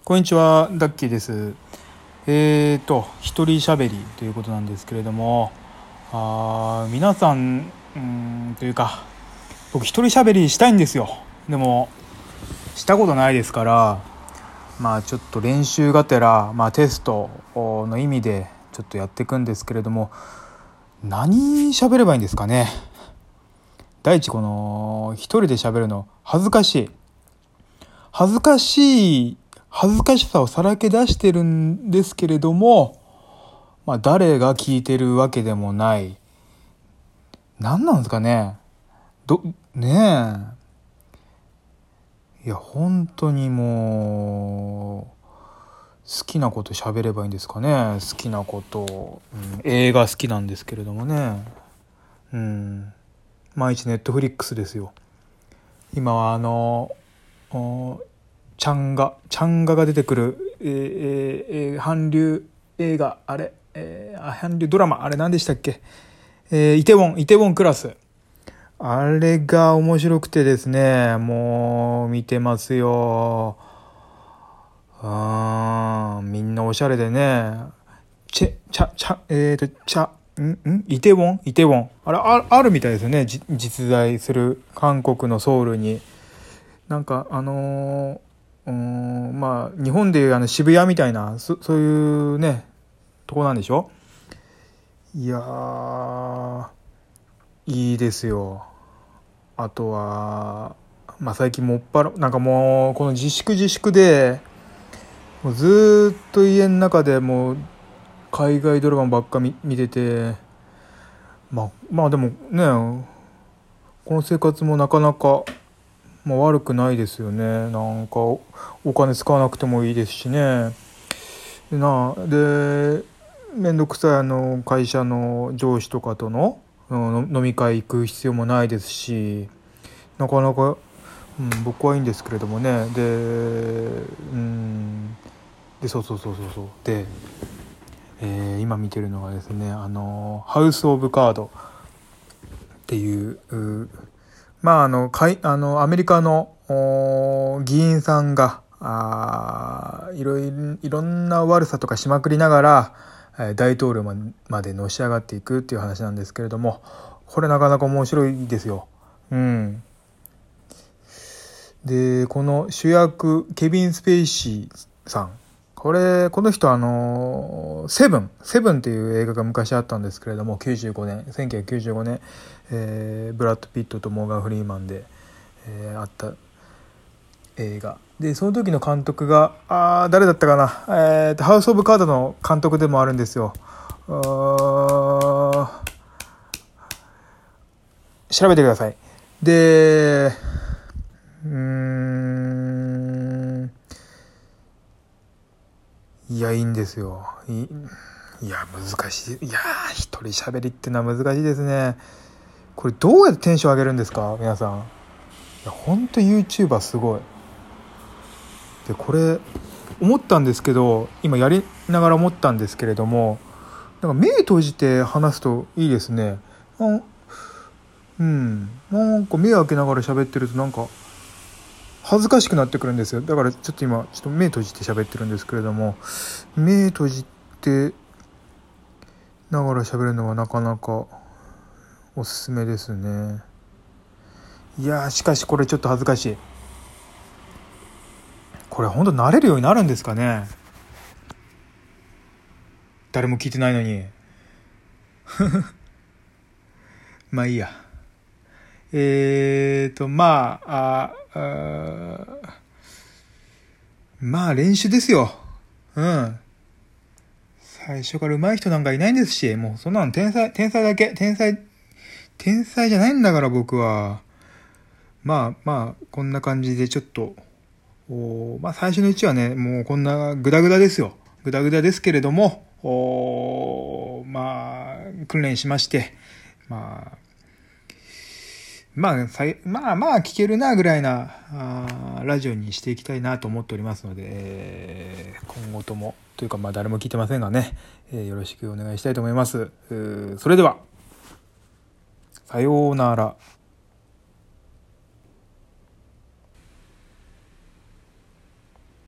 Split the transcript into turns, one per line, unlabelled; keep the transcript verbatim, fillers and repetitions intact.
こんにちは、ダッキーです。えーと、一人喋りということなんですけれども、あ皆さん、うーんというか、僕一人喋りしたいんですよ。でも、したことないですから、まあちょっと練習がてら、まあテストの意味でちょっとやっていくんですけれども、何喋ればいいんですかね。第一、この一人で喋るの恥ずかしい。恥ずかしい恥ずかしさをさらけ出してるんですけれども、まあ誰が聞いてるわけでもない。何なんですかね。ど、ねえ。いや、本当にもう、好きなこと喋ればいいんですかね。好きなこと、うん、映画好きなんですけれどもね。うん。毎日ネットフリックスですよ。今はあの、チャンガ、チャンガが出てくる、えーえー、韓流映画、あれ、えー、韓流ドラマ、あれ何でしたっけ、えー、イテウォン、イテウォンクラス。あれが面白くてですね、もう見てますよ。あー、みんなおしゃれでね、チェ、チャ、チャ、えーと、チャ、んんイテウォンイテウォン。あれ、ああるみたいですよね。じ実在する韓国のソウルに。なんか、あのー、うーんまあ日本でいうあの渋谷みたいな そ, そういうねとこなんでしょ。いやーいいですよ。あとはまあ最近もっぱらなんかもうこの自粛自粛でもうずっと家の中でもう海外ドラマばっか 見, 見ててまあまあでもねこの生活もなかなかまあ、悪くないですよね。なんか お, お金使わなくてもいいですしね。でなでめんどくさいあの会社の上司とかとの、うん、飲み会行く必要もないですし、なかなか、うん、僕はいいんですけれどもね。で、うん、でそうそうそうそうそうで、えー、今見てるのがですね、あのハウス・オブ・カードっていうまああのかいあのアメリカの議員さんがあいろいろいろんな悪さとかしまくりながら大統領までのし上がっていくっていう話なんですけれども、これなかなか面白いですよ。うん。でこの主役ケビン・スペイシーさん、これこの人あのセブンセブンっていう映画が昔あったんですけれども、きゅうじゅうごねんせんきゅうひゃくきゅうじゅうごねん、えー、ブラッド・ピットとモーガン・フリーマンで、えー、あった映画で、その時の監督があ誰だったかな、えーと、ハウス・オブ・カードの監督でもあるんですよ。あ調べてください。でうーんいやいいんですよ。いいや難しい。いや一人喋りってのは難しいですね。これどうやってテンション上げるんですか皆さん。いや本当 YouTuber すごい。でこれ思ったんですけど、今やりながら思ったんですけれども、なんか目閉じて話すといいですね。あうんなんか目開けながら喋ってるとなんか恥ずかしくなってくるんですよ。だからちょっと今ちょっと目閉じて喋ってるんですけれども、目閉じてながら喋るのはなかなかおすすめですね。いやーしかしこれちょっと恥ずかしい。これほんと慣れるようになるんですかね。誰も聞いてないのにまあいいや。えーとまあああまあ練習ですよ。うん最初から上手い人なんかいないんですし、もうそんなの天才天才だけ天才天才じゃないんだから僕は。まあまあこんな感じでちょっとおまあ最初のうちはねもうこんなグダグダですよ。グダグダですけれども、おまあ訓練しまして、まあまあさいまあまあ聞けるなぐらいなあラジオにしていきたいなと思っておりますので、えー、今後ともというかまあ誰も聞いてませんがね、えー、よろしくお願いしたいと思います。それではさようなら。